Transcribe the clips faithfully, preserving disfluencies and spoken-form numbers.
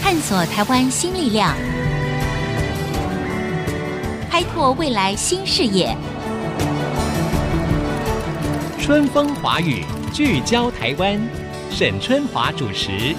探索台湾新力量，开拓未来新视野。 春风华语，聚焦台湾，沈春华主持。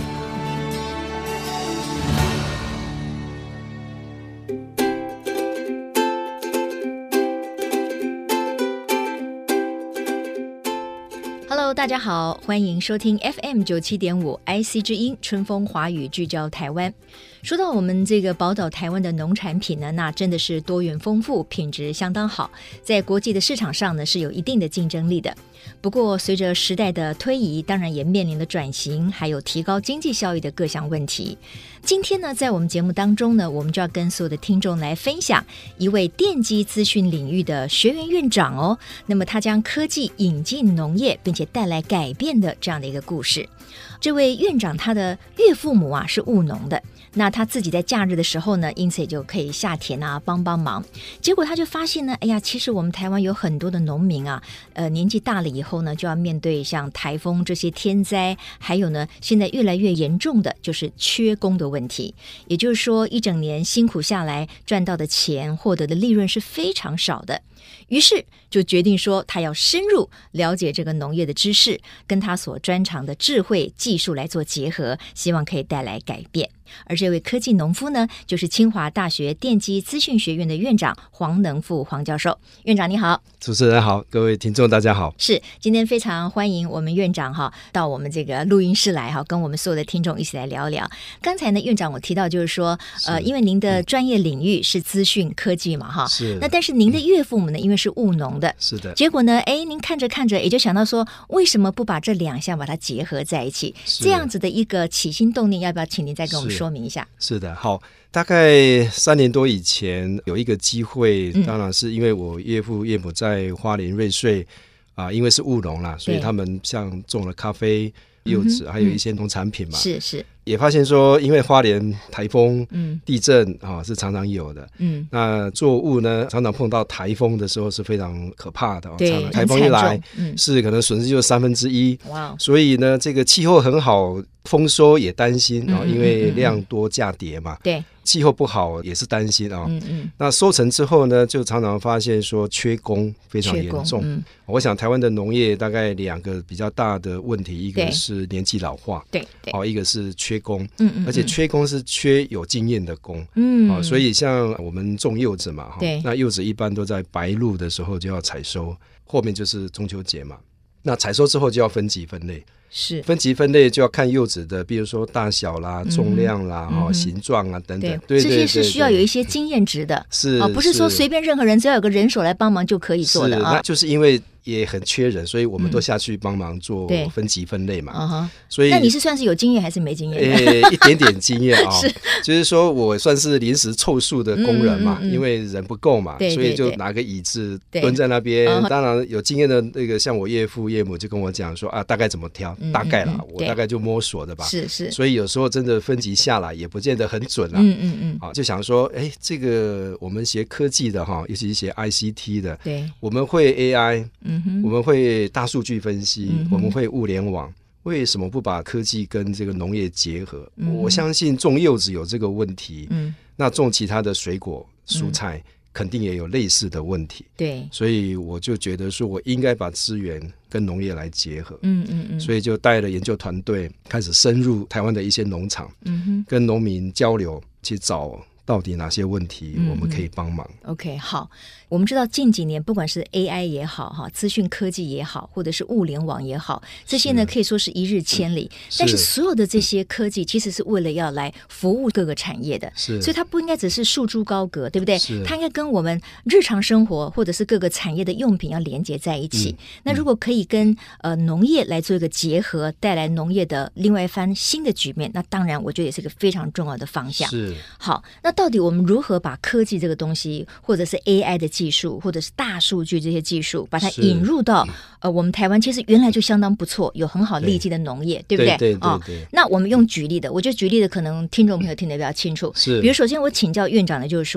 Hello， 大家好，欢迎收听 F M 九七点五 I C 之音春风华语，聚焦台湾。说到我们这个宝岛台湾的农产品呢，那真的是多元丰富，品质相当好，在国际的市场上呢是有一定的竞争力的。不过随着时代的推移，当然也面临了转型还有提高经济效益的各项问题。今天呢，在我们节目当中呢，我们就要跟所有的听众来分享一位电机资讯领域的学院院长哦，那么他将科技引进农业，并且带来改变的这样的一个故事。这位院长他的岳父母啊是务农的，那他自己在假日的时候呢，因此也就可以下田啊帮帮忙。结果他就发现呢，哎呀，其实我们台湾有很多的农民啊，呃，年纪大了以后呢，就要面对像台风这些天灾，还有呢，现在越来越严重的就是缺工的问题。也就是说，一整年辛苦下来赚到的钱，获得的利润是非常少的。于是就决定说，他要深入了解这个农业的知识，跟他所专长的智慧技术来做结合，希望可以带来改变。而这位科技农夫呢，就是清华大学电机资讯学院的院长黄能富黄教授。院长你好。 主持人好，各位听众大家好。 是，今天非常欢迎我们院长哈到我们这个录音室来哈，跟我们所有的听众一起来聊聊。刚才呢，院长我提到就是说，呃，因为您的专业领域是资讯科技嘛哈， 是。 那但是您的岳父母呢，因为是务农的， 是的。 结果呢，哎，您看着看着也就想到说，为什么不把这两项把它结合在一起？这样子的一个起心动念，要不要请您再跟我们说明一下？ 是, 是的，好，大概三年多以前有一个机会，当然是因为我岳父岳母在花莲瑞穗啊、呃，因为是务农啦，所以他们像种了咖啡、柚子，嗯、还有一些农产品嘛， 是是。 也发现说，因为花莲台风、嗯、地震啊、哦、是常常有的，嗯，那作物呢常常碰到台风的时候是非常可怕的， 对， 常常台风一来、嗯、是可能损失就三分之一，哇！所以呢，这个气候很好，丰收也担心啊、嗯哦，因为量多价跌嘛， 对。 气候不好也是担心啊、哦嗯嗯，那收成之后呢，就常常发现说缺工非常严重。嗯、我想台湾的农业大概两个比较大的问题，一个是年纪老化， 对对， 哦，一个是缺工， 嗯嗯， 而且缺工是缺有经验的工，嗯，哦，所以像我们种柚子嘛， 对， 那柚子一般都在白露的时候就要采收，后面就是中秋节嘛，那采收之后就要分级分类。 是分级分类就要看柚子的，比如说大小啦、重量啦、嗯哦、形状啊等等， 对，这些是需要有一些经验值的， 是、 哦、不是说随便任何人只要有个人手来帮忙就可以做的啊。 那就是因为也很缺人，所以我们都下去帮忙做分级分类嘛。 嗯、 所以那你是算是有经验还是没经验？ 诶，一点点经验啊、哦，是，就是说我算是临时凑数的工人嘛，嗯嗯嗯因为人不够嘛， 对对对， 所以就拿个椅子蹲在那边。当然有经验的那个，像我岳父岳母就跟我讲说啊，大概怎么挑，嗯嗯嗯大概啦，我大概就摸索的吧。 是是， 所以有时候真的分级下来也不见得很准啦。 嗯嗯嗯， 啊，就想说，哎，这个我们学科技的哈，尤其是学 I C T 的， 对， 我们会 A I， 嗯哼， 我们会大数据分析、嗯、我们会物联网，为什么不把科技跟这个农业结合、嗯、我相信种柚子有这个问题、嗯、那种其他的水果蔬菜、嗯、肯定也有类似的问题， 对， 所以我就觉得说我应该把资源跟农业来结合， 嗯嗯嗯， 所以就带了研究团队开始深入台湾的一些农场、嗯、哼，跟农民交流，去找到底哪些问题我们可以帮忙、 嗯、OK， 好，我们知道近几年不管是 A I 也好，资讯科技也好，或者是物联网也好，这些呢可以说是一日千里，是，但是所有的这些科技其实是为了要来服务各个产业的， 是， 所以它不应该只是束之高阁，对不对？它应该跟我们日常生活或者是各个产业的用品要连接在一起、嗯、那如果可以跟、呃、农业来做一个结合，带来农业的另外一番新的局面，那当然我觉得也是一个非常重要的方向。 是， 好，那到底我们如何把科技这个东西，或者是 A I 的技术，或者是大数据这些技术，把它引入到呃我们台湾，其实原来就相当不错，有很好利基的农业， 对, 对不对？ 对对对对、哦。 那我们用举例的，我觉得举例的可能听众朋友听得比较清楚。 是， 比如首先我请教院长的就是说，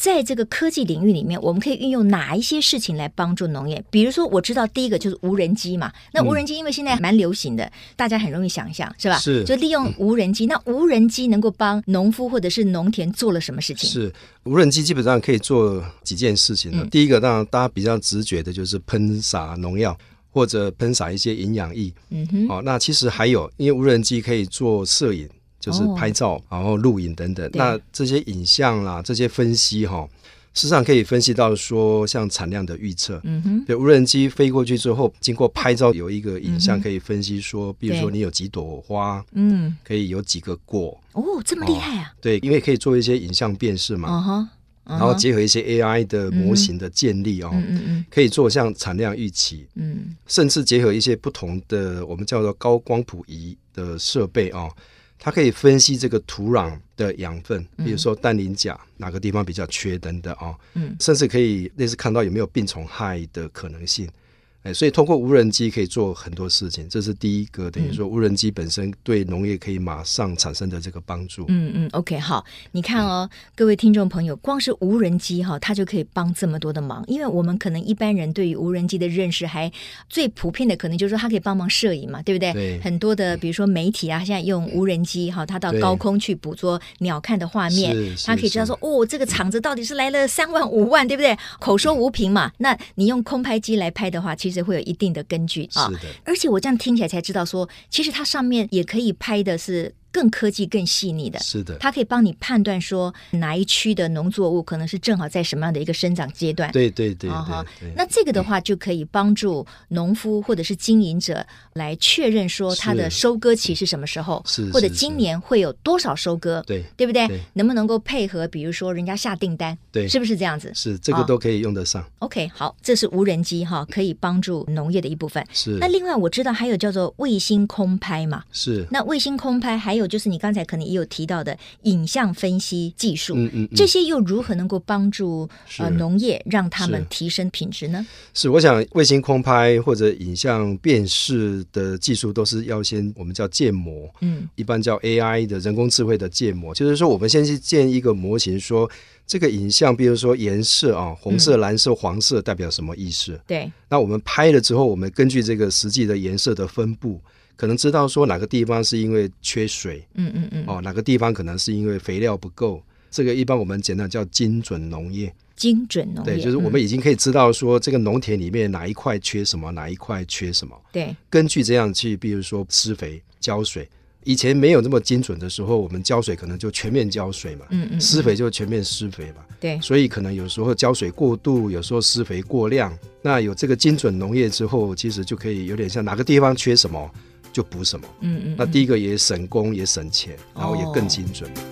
在这个科技领域里面，我们可以运用哪一些事情来帮助农业？比如说我知道第一个就是无人机嘛，那无人机因为现在蛮流行的、嗯、大家很容易想象是吧？ 是， 就利用无人机、嗯、那无人机能够帮农夫或者是农田做了什么事情？是， 无人机基本上可以做几件事情、嗯、第一个当然大家比较直觉的就是喷洒农药或者喷洒一些营养液。嗯哼，哦，那其实还有，因为无人机可以做摄影，就是拍照、哦、然后录影等等，那这些影像啦，这些分析哈、哦，事实上可以分析到说像产量的预测。嗯哼，对，无人机飞过去之后，经过拍照有一个影像可以分析说，比如说你有几朵花，嗯，可以有几个果。 哦，这么厉害啊、哦！ 对，因为可以做一些影像辨识嘛。嗯哼。然后结合一些 A I 的模型的建立哦，嗯嗯嗯、可以做像产量预期，嗯，甚至结合一些不同的我们叫做高光谱仪的设备哦，它可以分析这个土壤的养分，比如说氮磷钾哪个地方比较缺等等哦，嗯，甚至可以类似看到有没有病虫害的可能性。哎，所以通过无人机可以做很多事情，这是第一个，等于说无人机本身对农业可以马上产生的这个帮助。 嗯嗯 ，OK， 好，你看哦，嗯、各位听众朋友，光是无人机哈，它就可以帮这么多的忙。因为我们可能一般人对于无人机的认识还最普遍的，可能就是说它可以帮忙摄影嘛，对不对？对。很多的比如说媒体啊，现在用无人机哈，它到高空去捕捉鸟瞰的画面，它可以知道说哦，这个厂子到底是来了三万五万，对不对？口说无凭嘛。那你用空拍机来拍的话，其实其实会有一定的根据啊，是的。而且我这样听起来才知道说，其实它上面也可以拍的是更科技更细腻的， 是的， 它可以帮你判断说哪一区的农作物可能是正好在什么样的一个生长阶段。 对对对对、 哦、对。那这个的话就可以帮助农夫或者是经营者来确认说它的收割期是什么时候，是或者今年会有多少收割，对对不对？对，能不能够配合比如说人家下订单，对，是不是这样子？ 是，这个都可以用得上。 哦、OK， 好，这是无人机哈，可以帮助农业的一部分。是。那另外我知道还有叫做卫星空拍嘛，是。那卫星空拍还有就是你刚才可能也有提到的影像分析技术，嗯嗯嗯，这些又如何能够帮助呃农业让他们提升品质呢？ 是，我想卫星空拍或者影像辨识的技术都是要先我们叫建模，嗯，一般叫 A I 的人工智慧的建模，就是说我们先去建一个模型，说这个影像，比如说颜色啊，红色、蓝色、黄色代表什么意思？对，那我们拍了之后，我们根据这个实际的颜色的分布，可能知道说哪个地方是因为缺水，嗯嗯嗯，哦，哪个地方可能是因为肥料不够，这个一般我们简单叫精准农业。 精准农业， 对，就是我们已经可以知道说这个农田里面哪一块缺什么，哪一块缺什么，对，根据这样去，比如说施肥、浇水。以前没有这么精准的时候，我们浇水可能就全面浇水嘛，嗯嗯嗯，施肥就全面施肥嘛，对，所以可能有时候浇水过度，有时候施肥过量。那有这个精准农业之后，其实就可以有点像哪个地方缺什么就补什么，嗯 嗯, 嗯，那第一个也省工也省钱，然后也更精准。哦，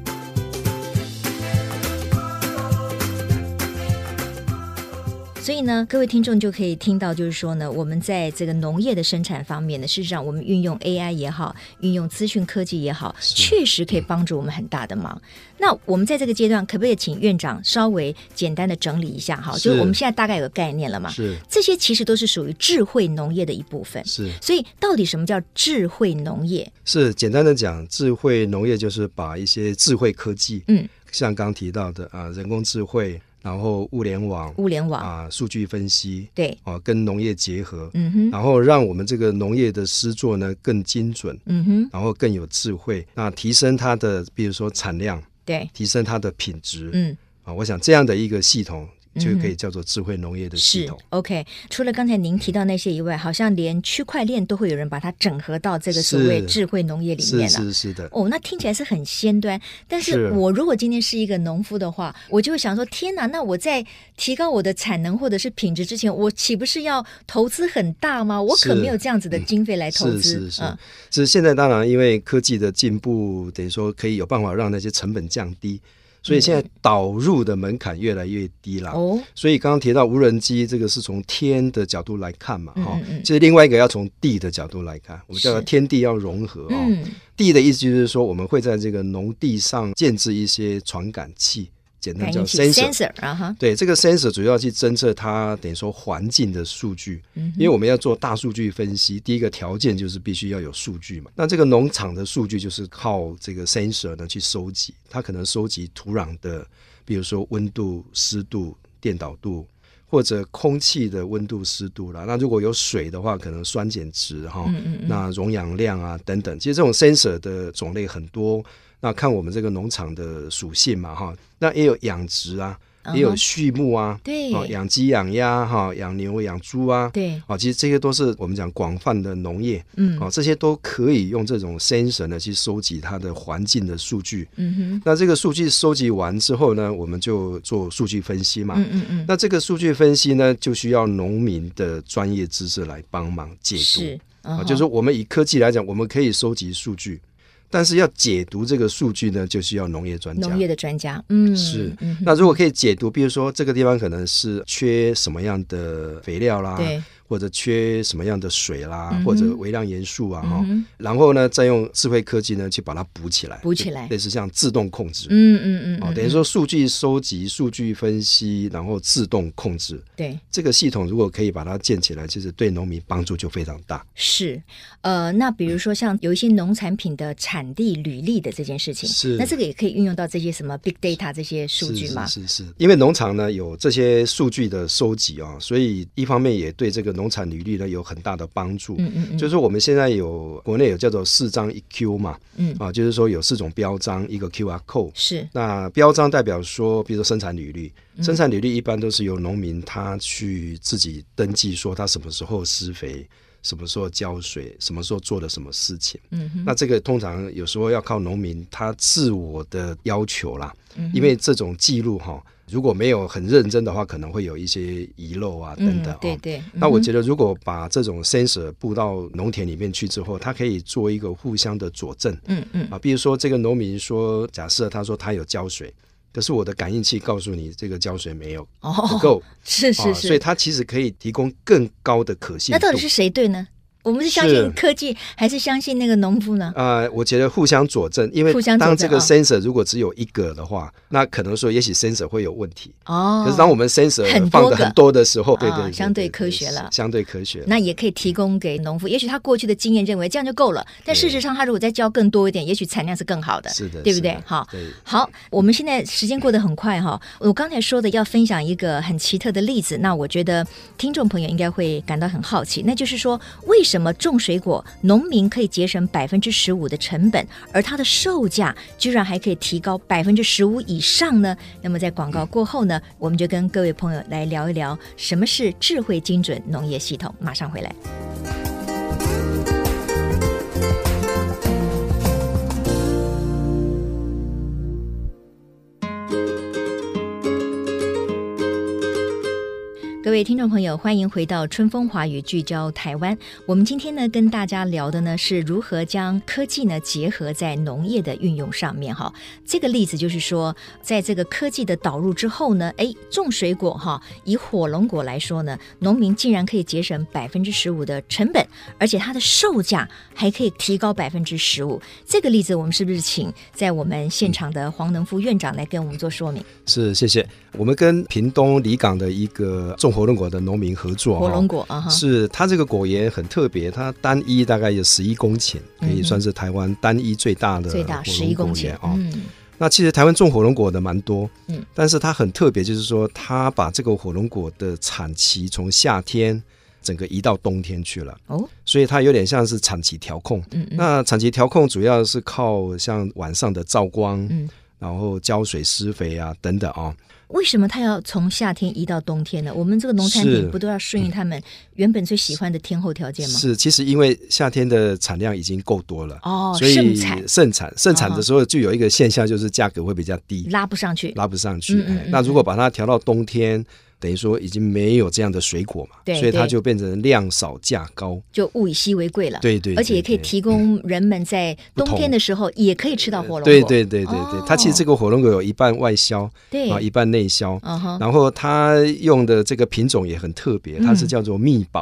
所以呢，各位听众就可以听到，就是说呢，我们在这个农业的生产方面呢，事实上我们运用 A I 也好，运用资讯科技也好，确实可以帮助我们很大的忙。那我们在这个阶段，可不可以请院长稍微简单的整理一下？哈，就是我们现在大概有个概念了嘛？是，这些其实都是属于智慧农业的一部分。是，所以到底什么叫智慧农业？ 是，简单的讲，智慧农业就是把一些智慧科技，嗯，像刚提到的啊，人工智慧。然后物联网、 物联网啊，数据分析， 对啊，跟农业结合，嗯哼，然后让我们这个农业的施作呢更精准，嗯哼，然后更有智慧，那提升它的，比如说产量，对，提升它的品质，嗯啊，我想这样的一个系统就可以叫做智慧农业的系统。 是 OK， 除了刚才您提到那些以外，好像连区块链都会有人把它整合到这个所谓智慧农业里面了。 是是是的。 哦，那听起来是很先端。但是我如果今天是一个农夫的话，我就会想说，天哪，那我在提高我的产能或者是品质之前，我岂不是要投资很大吗？我可没有这样子的经费来投资。 是是是。嗯，只是现在当然因为科技的进步，等于说可以有办法让那些成本降低。所以现在导入的门槛越来越低了，哦，所以刚刚提到无人机，这个是从天的角度来看嘛，嗯嗯，其实另外一个要从地的角度来看，我们叫天地要融合，哦，嗯，地的意思就是说我们会在这个农地上建置一些传感器，简单叫 sensor， sensor、uh-huh. 对，这个 sensor 主要去侦测它等于说环境的数据，嗯，因为我们要做大数据分析，第一个条件就是必须要有数据嘛。那这个农场的数据就是靠这个 sensor 呢去收集，它可能收集土壤的比如说温度、湿度、电导度，或者空气的温度、湿度啦。那如果有水的话，可能酸碱值哈，嗯嗯嗯那溶氧量啊等等。其实这种 sensor 的种类很多，那看我们这个农场的属性嘛哈。那也有养殖啊。也有畜牧啊， 对， 哦，养鸡、养鸭、哈、养牛、养猪啊， 对， 哦，其实这些都是我们讲广泛的农业， 嗯， 哦，这些都可以用这种 sensor 呢去收集它的环境的数据， 嗯哼， 那这个数据收集完之后呢，我们就做数据分析嘛， 嗯嗯嗯， 那这个数据分析呢，就需要农民的专业知识来帮忙解读， 是， 啊、uh-huh 就是说我们以科技来讲，我们可以收集数据。但是要解读这个数据呢，就需要农业专家。 农业的专家，嗯， 是。嗯、那如果可以解读，比如说这个地方可能是缺什么样的肥料啦， 对， 或者缺什么样的水啦，嗯、或者微量元素啊，哈、 嗯， 然后呢，再用智慧科技呢去把它补起来， 补起来， 类似像自动控制， 嗯嗯嗯， 哦，等于说数据收集、数据分析，然后自动控制。 对， 这个系统如果可以把它建起来，其实对农民帮助就非常大。 是，呃，那比如说像有一些农产品的产地履历的这件事情， 是， 那这个也可以运用到这些什么 big data 这些数据吗？ 是是 是, 是，因为农场呢有这些数据的收集啊、哦，所以一方面也对这个农产履历呢有很大的帮助。嗯嗯嗯，就是说我们现在有国内有叫做四张一 Q 嘛，嗯啊，就是说有四种标章，一个 Q R code。 是， 那标章代表说，比如说生产履历，生产履历一般都是由农民他去自己登记，说他什么时候施肥。什么时候浇水，什么时候做了什么事情，嗯哼，那这个通常有时候要靠农民他自我的要求啦，嗯、因为这种记录哈，如果没有很认真的话，可能会有一些遗漏啊等等、嗯、 对对、嗯、 那我觉得如果把这种 sensor 布到农田里面去之后，它可以做一个互相的佐证，嗯嗯啊，比如说这个农民说，假设他说他有浇水，可是我的感应器告诉你这个浇水没有不够、哦、 是是是、啊， 所以它其实可以提供更高的可信度。 那到底是谁对呢？我们是相信科技还是相信那个农夫呢？ 呃，我觉得互相佐证，因为当这个 sensor 如果只有一个的话，哦、那可能说也许 sensor 会有问题哦。可是当我们 sensor 放的很多的时候，对 对, 对, 对, 对, 对， 相对科学了， 相对科学。 那也可以提供给农夫，也许他过去的经验认为这样就够了，但事实上他如果再浇更多一点，也许产量是更好的， 是的， 对不对？好，好，我们现在时间过得很快哈。我刚才说的要分享一个很奇特的例子，那我觉得听众朋友应该会感到很好奇，那就是说为什么种水果农民可以节省百分之十五的成本，而它的售价居然还可以提高百分之十五以上呢？那么在广告过后呢，我们就跟各位朋友来聊一聊什么是智慧精准农业系统。马上回来。各位听众朋友，欢迎回到春风华语聚焦台湾。我们今天呢跟大家聊的呢是如何将科技呢结合在农业的运用上面哈。这个例子就是说，在这个科技的导入之后呢，哎，种水果哈，以火龙果来说呢，农民竟然可以节省百分之十五的成本，而且它的售价还可以提高百分之十五。这个例子我们是不是请在我们现场的黄能夫院长来跟我们做说明？ 是，谢谢。我们跟屏东里港的一个种火龙果的农民合作， 火龙果、uh-huh、 是它这个果园很特别，它单一大概有十一公顷，可以算是台湾单一最大的火龙果园，最大十一公顷、哦嗯、那其实台湾种火龙果的蛮多、嗯、但是它很特别，就是说它把这个火龙果的产期从夏天整个移到冬天去了、哦、所以它有点像是产期调控。嗯嗯，那产期调控主要是靠像晚上的照光、嗯、然后浇水施肥啊等等啊。 为什么他要从夏天移到冬天呢？我们这个农产品不都要顺应他们原本最喜欢的天候条件吗？ 是，其实因为夏天的产量已经够多了哦， 所以盛产盛产盛产的时候就有一个现象，就是价格会比较低， 拉不上去， 拉不上去。 嗯嗯嗯， 那如果把它调到冬天，等于说已经没有这样的水果嘛， 对， 所以它就变成量少价高， 就物以稀为贵了。 对 对, 对, 对， 而且也可以提供人们在冬天的时候也可以吃到火龙果。 对对对对对、哦，它其实这个火龙果有一半外销， 对啊，一半内销。 嗯、 然后它用的这个品种也很特别，它是叫做蜜宝。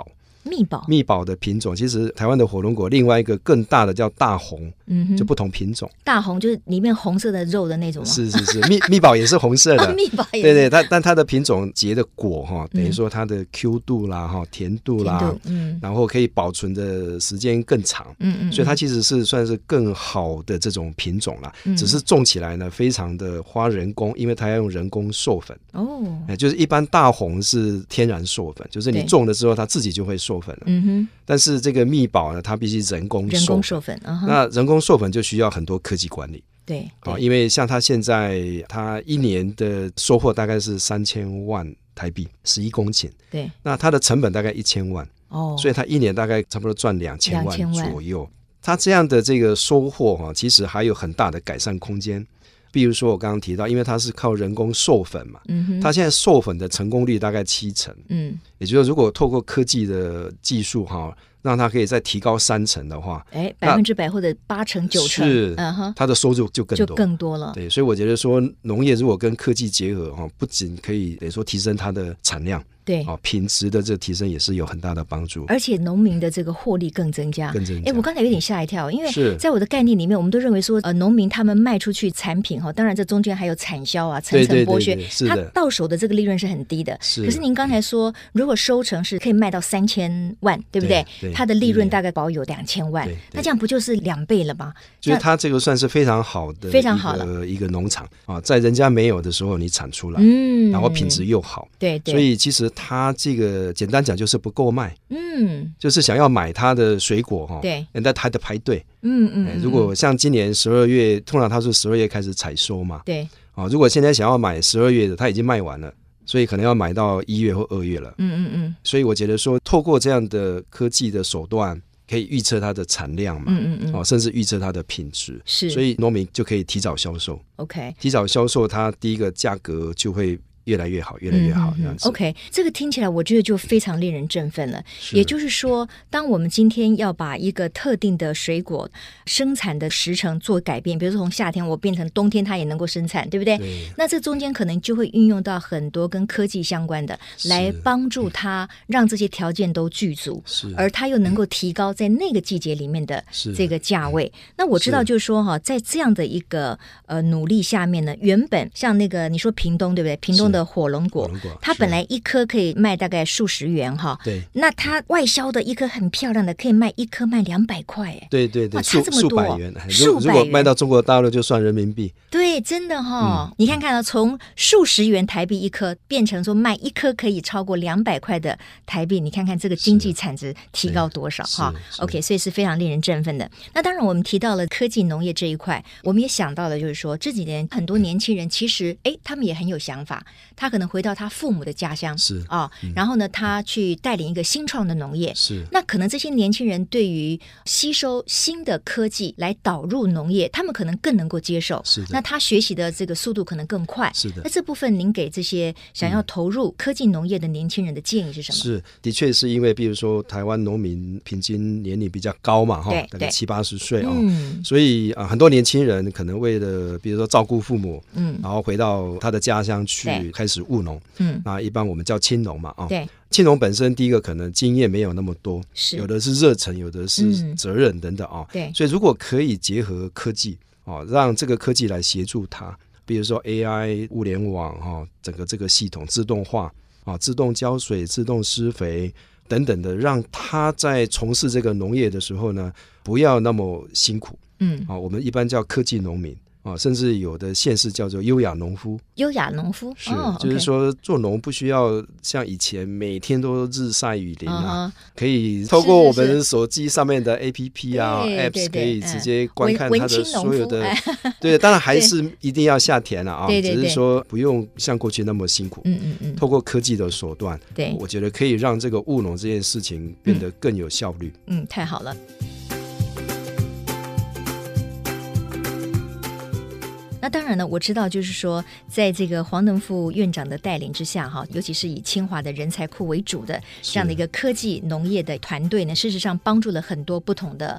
蜜宝蜜宝的品种，其实台湾的火龙果另外一个更大的叫大红，嗯哼，就不同品种。 大红就是里面红色的肉的那种吗？ 是是是，蜜蜜宝也是红色的， 哦、蜜宝也是。 对对，它但它的品种结的果哈，等于说它的 Q 度啦哈、甜度啦，度嗯，然后可以保存的时间更长，嗯嗯，所以它其实是算是更好的这种品种啦。嗯、只是种起来呢，非常的花人工，因为它要用人工授粉哦，就是一般大红是天然授粉，就是你种了之后它自己就会授粉了。嗯哼，但是这个蜜宝呢，它必须人工授粉， 人工授粉，uh-huh、 那人工授粉就需要很多科技管理。 对， 对、哦，因为像它现在，它一年的收获大概是三千万台币，十一公顷。对，那它的成本大概一千万，哦，所以它一年大概差不多赚两千万左右。它这样的这个收获哈、哦，其实还有很大的改善空间。比如说我刚刚提到，因为它是靠人工授粉嘛，嗯哼，它现在授粉的成功率大概七成，嗯，也就是说如果透过科技的技术哈、哦，让它可以再提高三成的话， 哎，百分之百或者八成九成， 是，嗯哼，它的收入就更多， 就更多了。 对，所以我觉得说农业如果跟科技结合哈，不仅可以等于说提升它的产量。对、哦、品质的这提升也是有很大的帮助， 而且农民的这个获利更增加。 更增加。 哎，我刚才有点吓一跳，因为在我的概念里面，我们都认为说，呃，农民他们卖出去产品哈，当然这中间还有产销啊，层层剥削，他到手的这个利润是很低的。是。可是您刚才说，如果收成是可以卖到三千万，对不对？对。它的利润大概保有两千万，那这样不就是两倍了吗？ 就是它这个算是非常好的、 非常好了一个农场啊，在人家没有的时候你产出来，嗯，然后品质又好， 对对。 所以其实它这个。简单讲就是不够卖，嗯，就是想要买它的水果哈，对，人家还得排队，嗯嗯、欸。如果像今年十二月，通常它是十二月开始采收嘛，对，啊，如果现在想要买十二月的，它已经卖完了，所以可能要买到一月或二月了，嗯嗯嗯。所以我觉得说，透过这样的科技的手段，可以预测它的产量嘛，嗯嗯嗯，哦，甚至预测它的品质，是，所以农民就可以提早销售 ，OK， 提早销售，它第一个价格就会。越来越好，越来越好，这样子。 OK， 这个听起来我觉得就非常令人振奋了。也就是说，当我们今天要把一个特定的水果生产的时程做改变，比如说从夏天我变成冬天，它也能够生产，对不对？对。那这中间可能就会运用到很多跟科技相关的，来帮助它让这些条件都具足，是，而它又能够提高在那个季节里面的这个价位。那我知道，就是说哈，在这样的一个呃努力下面呢，原本像那个你说屏东对不对？屏东的火龙果，它本来一颗可以卖大概数十元哈，对，那它外销的一颗很漂亮的，可以卖一颗卖两百块，哎， 对对对， 差这么多， 数百元，数百元，如果卖到中国大陆就算人民币， 对，真的哈、哦嗯，你看看啊，从数十元台币一颗变成说卖一颗可以超过两百块的台币，你看看这个经济产值提高多少哈 ？OK， 所以是非常令人振奋的。那当然，我们提到了科技农业这一块，我们也想到了，就是说这几年很多年轻人其实哎，他们也很有想法。他可能回到他父母的家乡是啊、哦嗯，然后呢，他去带领一个新创的农业是。那可能这些年轻人对于吸收新的科技来导入农业，他们可能更能够接受。是的。那他学习的这个速度可能更快。是的。那这部分您给这些想要投入科技农业的年轻人的建议是什么？ 是，的确是因为，比如说台湾农民平均年龄比较高嘛，哈，大概七八十岁哦、嗯，所以啊、呃，很多年轻人可能为了比如说照顾父母，嗯，然后回到他的家乡去开始务农，嗯，那一般我们叫青农嘛，啊、哦，对，青农本身第一个可能经验没有那么多，是有的是热忱，有的是责任等等啊、哦，对，所以如果可以结合科技哦，让这个科技来协助他，比如说 A I 物联网哈、哦，整个这个系统自动化啊、哦，自动浇水、自动施肥等等的，让他在从事这个农业的时候呢，不要那么辛苦，嗯，啊、哦，我们一般叫科技农民。啊，甚至有的县市叫做优雅农夫。 优雅农夫是、 哦， 就是说做农不需要像以前每天都日晒雨淋啊， uh-huh. 可以透过我们手机上面的 A P P 啊是是是 Apps 可以直接观看它的所有的。对，当然还是一定要下田了啊，对对对，只是说不用像过去那么辛苦。嗯嗯嗯，透过科技的手段，对，我觉得可以让这个务农这件事情变得更有效率。 嗯，嗯太好了。那当然呢，我知道就是说在这个黄能富院长的带领之下哈，尤其是以清华的人才库为主的这样的一个科技农业的团队呢，事实上帮助了很多不同的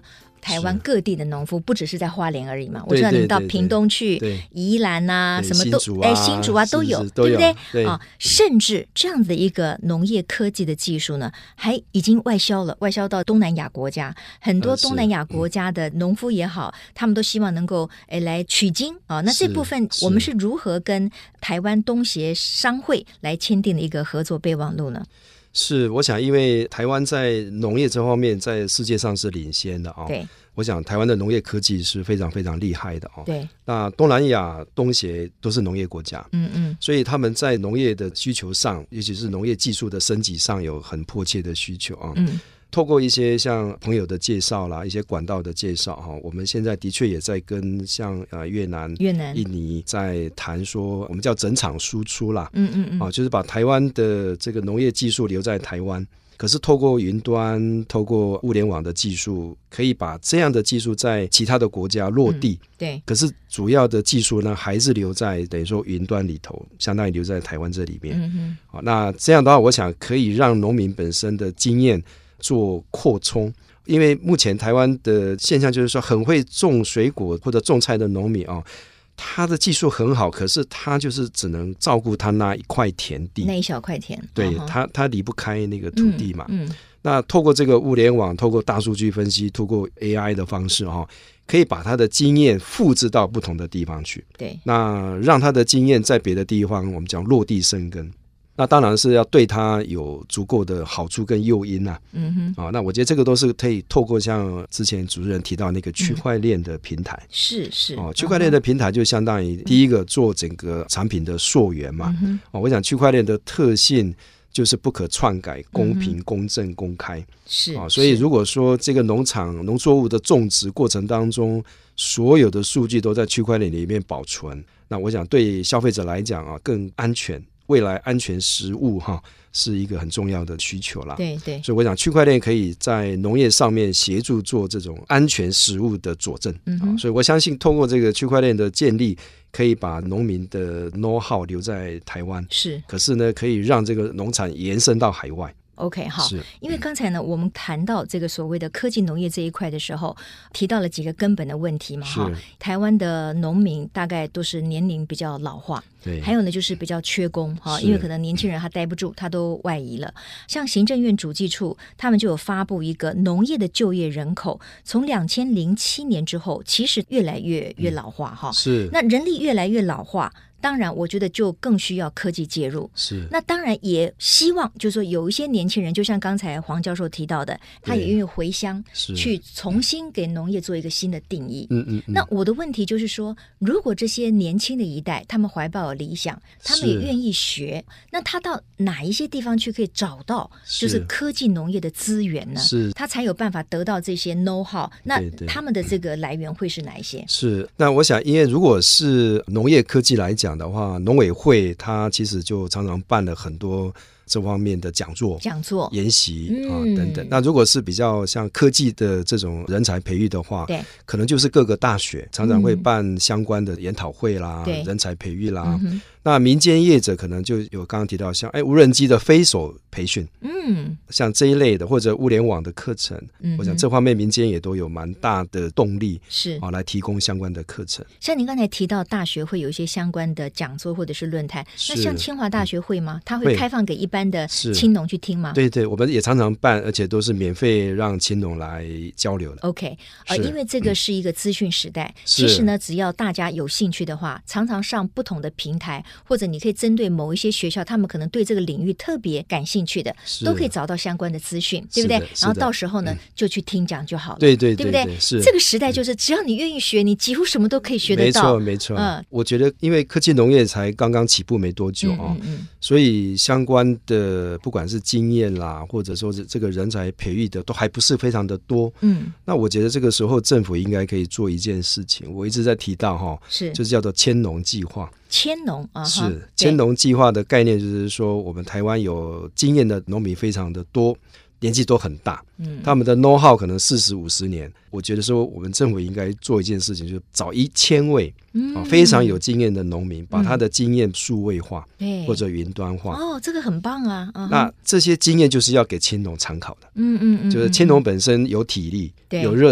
台湾各地的农夫，不只是在花莲而已嘛。我知道你们到屏东去，宜兰啊，什么都哎，新竹啊都有，对不对？ 对啊，甚至这样子的一个农业科技的技术呢，还已经外销了，外销到东南亚国家。很多东南亚国家的农夫也好，他们都希望能够哎来取经啊。那这部分我们是如何跟台湾东协商会来签订的一个合作备忘录呢？ 是，我想因为台湾在农业这方面在世界上是领先的哦。 对， 我想台湾的农业科技是非常非常厉害的哦。 对， 那东南亚、东协都是农业国家， 嗯嗯， 所以他们在农业的需求上，尤其是农业技术的升级上，有很迫切的需求啊。嗯。透过一些像朋友的介绍啦，一些管道的介绍哈，我们现在的确也在跟像呃越南、 越南、 印尼在谈说，我们叫整场输出啦， 嗯嗯嗯， 啊，就是把台湾的这个农业技术留在台湾，可是透过云端、透过物联网的技术，可以把这样的技术在其他的国家落地。 嗯、对， 可是主要的技术呢，还是留在等于说云端里头，相当于留在台湾这里面。嗯嗯，好，那这样的话，我想可以让农民本身的经验做扩充，因为目前台湾的现象就是说，很会种水果或者种菜的农民哦，他的技术很好，可是他就是只能照顾他那一块田地， 那一小块田， 对、 哦、 他他离不开那个土地嘛。 嗯，嗯那透过这个物联网，透过大数据分析，透过 A I 的方式哦，可以把他的经验复制到不同的地方去。 对， 那让他的经验在别的地方，我们讲落地生根。那当然是要对他有足够的好处跟诱因啊。 嗯哼， 啊，那我觉得这个都是可以透过像之前主持人提到那个区块链的平台， 嗯、是是哦，区块链的平台就相当于第一个做整个产品的溯源嘛。 嗯、 哦，我想区块链的特性就是不可篡改、公平、嗯、公正、公开。 是啊、 哦，所以如果说这个农场农作物的种植过程当中，所有的数据都在区块链里面保存，那我想对消费者来讲啊更安全。未来安全食物哈是一个很重要的需求啦， 对对， 所以我想区块链可以在农业上面协助做这种安全食物的佐证。嗯、啊，所以我相信透过这个区块链的建立，可以把农民的 know how 留在台湾， 是， 可是呢，可以让这个农产延伸到海外。 OK， 好，因为刚才呢，我们谈到这个所谓的科技农业这一块的时候，提到了几个根本的问题嘛，哈，台湾的农民大概都是年龄比较老化， 对， 还有呢就是比较缺工哈，因为可能年轻人他待不住，他都外移了。像行政院主计处他们就有发布一个农业的就业人口，从两千零七年之后，其实越来越越老化哈、 嗯，是， 那人力越来越老化。当然我觉得就更需要科技介入， 是， 那当然也希望就是说有一些年轻人，就像刚才黄教授提到的，他也愿意回乡去重新给农业做一个新的定义。 嗯嗯嗯， 那我的问题就是说，如果这些年轻的一代他们怀抱有理想，他们也愿意学，那他到哪一些地方去可以找到就是科技农业的资源呢？ 是， 他才有办法得到这些 know how， 那他们的这个来源会是哪一些？ 是，那我想因为如果是农业科技来讲的话，农委会它其实就常常办了很多这方面的讲座、 讲座、 研习、 嗯、 啊等等。那如果是比较像科技的这种人才培育的话， 对， 可能就是各个大学常常会办相关的研讨会啦、 嗯、 人才培育啦。 嗯， 那民间业者可能就有刚刚提到像哎无人机的飞手培训， 嗯， 像这一类的或者物联网的课程， 嗯， 我想这方面民间也都有蛮大的动力， 是啊，来提供相关的课程。 像您刚才提到大学会有一些相关的讲座或者是论坛，那像清华大学会吗？它会开放给一般的青农去听吗？ 对对，我们也常常办，而且都是免费让青农来交流的。 OK， 呃，因为这个是一个资讯时代，嗯，其实呢，只要大家有兴趣的话，常常上不同的平台，或者你可以针对某一些学校，他们可能对这个领域特别感兴趣的，都可以找到相关的资讯，对不对？然后到时候呢，嗯，就去听讲就好了， 对对对, 对, 对不对？ 是这个时代就是只要你愿意学，你几乎什么都可以学得到。 没错没错，嗯，我觉得因为科技农业才刚刚起步没多久啊，哦，嗯嗯嗯，所以相关的不管是经验啦，或者说是这个人才培育的，都还不是非常的多。嗯，那我觉得这个时候政府应该可以做一件事情，我一直在提到哈，是就是叫做迁农计划。 迁农啊， 是迁农计划的概念，就是说我们台湾有经验的农民非常的多，年纪都很大，嗯，他们的 know how 可能四十五十年。我觉得说我们政府应该做一件事情，就是找一千位，嗯啊，非常有经验的农民，把他的经验数位化，嗯，或者云端化。 哦，这个很棒啊！嗯， 那这些经验就是要给青农参考的。 嗯嗯嗯， 就是青农本身有体力，有热忱，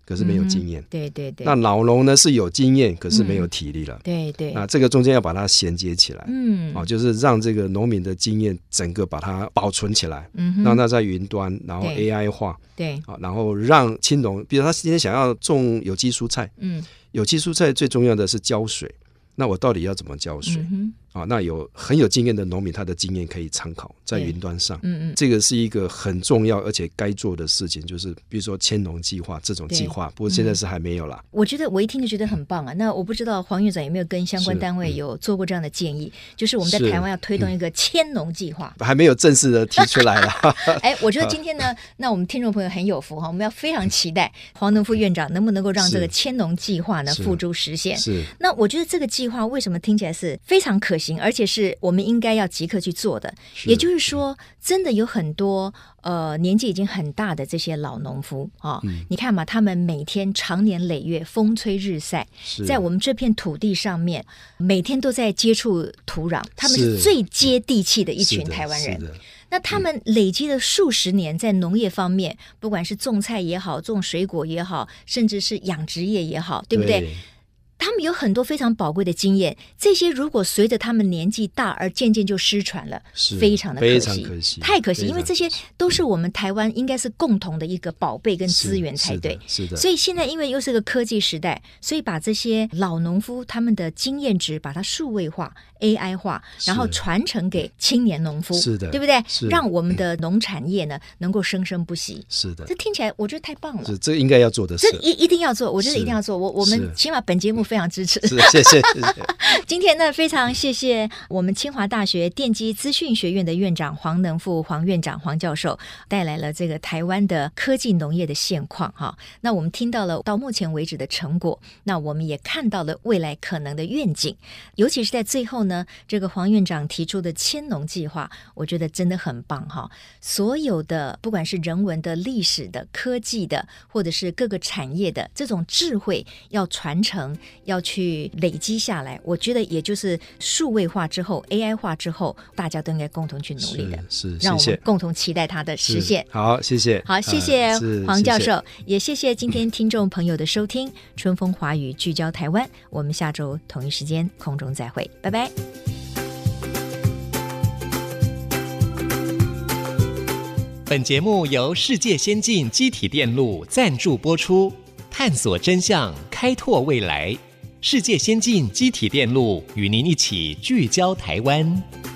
可是没有经验、嗯、 对对对。 那老农呢是有经验可是没有体力了、嗯、 对对。 那这个中间要把它衔接起来，嗯、哦，就是让这个农民的经验整个把它保存起来，嗯，让它在云端，然后 A I 化， 对、 哦、然后让青农，比如他今天想要种有机蔬菜，嗯，有机蔬菜最重要的是浇水，那我到底要怎么浇水、嗯啊、那有很有经验的农民，他的经验可以参考在云端上，嗯嗯，这个是一个很重要而且该做的事情，就是比如说千农计划这种计划，不过现在是还没有啦、嗯、 我觉得我一听就觉得很棒啊。那我不知道黄院长有没有跟相关单位有做过这样的建议，是就是我们在台湾要推动一个千农计划、嗯、 还没有正式的提出来了哎，我觉得今天呢那我们听众朋友很有福哈，我们要非常期待黄能副院长能不能够让这个千农计划呢付诸实现。 是， 那我觉得这个计划为什么听起来是非常可行，而且是我们应该要即刻去做的，也就是说真的有很多呃年纪已经很大的这些老农夫啊、哦嗯，你看嘛，他们每天长年累月风吹日晒，在我们这片土地上面每天都在接触土壤，他们是最接地气的一群台湾人。那他们累积了数十年在农业方面、嗯、不管是种菜也好，种水果也好，甚至是养殖业也好，对不对？对，他们有很多非常宝贵的经验，这些如果随着他们年纪大而渐渐就失传了，非常的可惜， 非常可惜， 太可惜，因为这些都是我们台湾应该是共同的一个宝贝跟资源才对。 是的，是的。 所以现在因为又是个科技时代，所以把这些老农夫他们的经验值把它数位化 A I 化，然后传承给青年农夫， 是的， 对不对？让我们的农产业呢能够生生不息。 是的， 这听起来我觉得太棒了， 这应该要做的事， 这一一定要做，我觉得一定要做。我我们起码本节目非常支持。 是，谢谢，谢谢。 今天呢，非常谢谢我们清华大学电机资讯学院的院长黄能富黄院长黄教授带来了这个台湾的科技农业的现况哈。那我们听到了到目前为止的成果，那我们也看到了未来可能的愿景，尤其是在最后呢，这个黄院长提出的千农计划，我觉得真的很棒哈。所有的不管是人文的、历史的、科技的，或者是各个产业的这种智慧要传承，要去累积下来，我觉得也就是数位化之后 A I 化之后，大家都应该共同去努力的， 是，是， 让我们共同期待它的实现。 好，谢谢， 好，谢谢黄教授、 呃、 也谢谢今天听众朋友的收听春风华语聚焦台湾，我们下周同一时间空中再会，拜拜。 本节目由世界先进机体电路赞助播出，探索真相，开拓未来。世界先进机体电路与您一起聚焦台湾。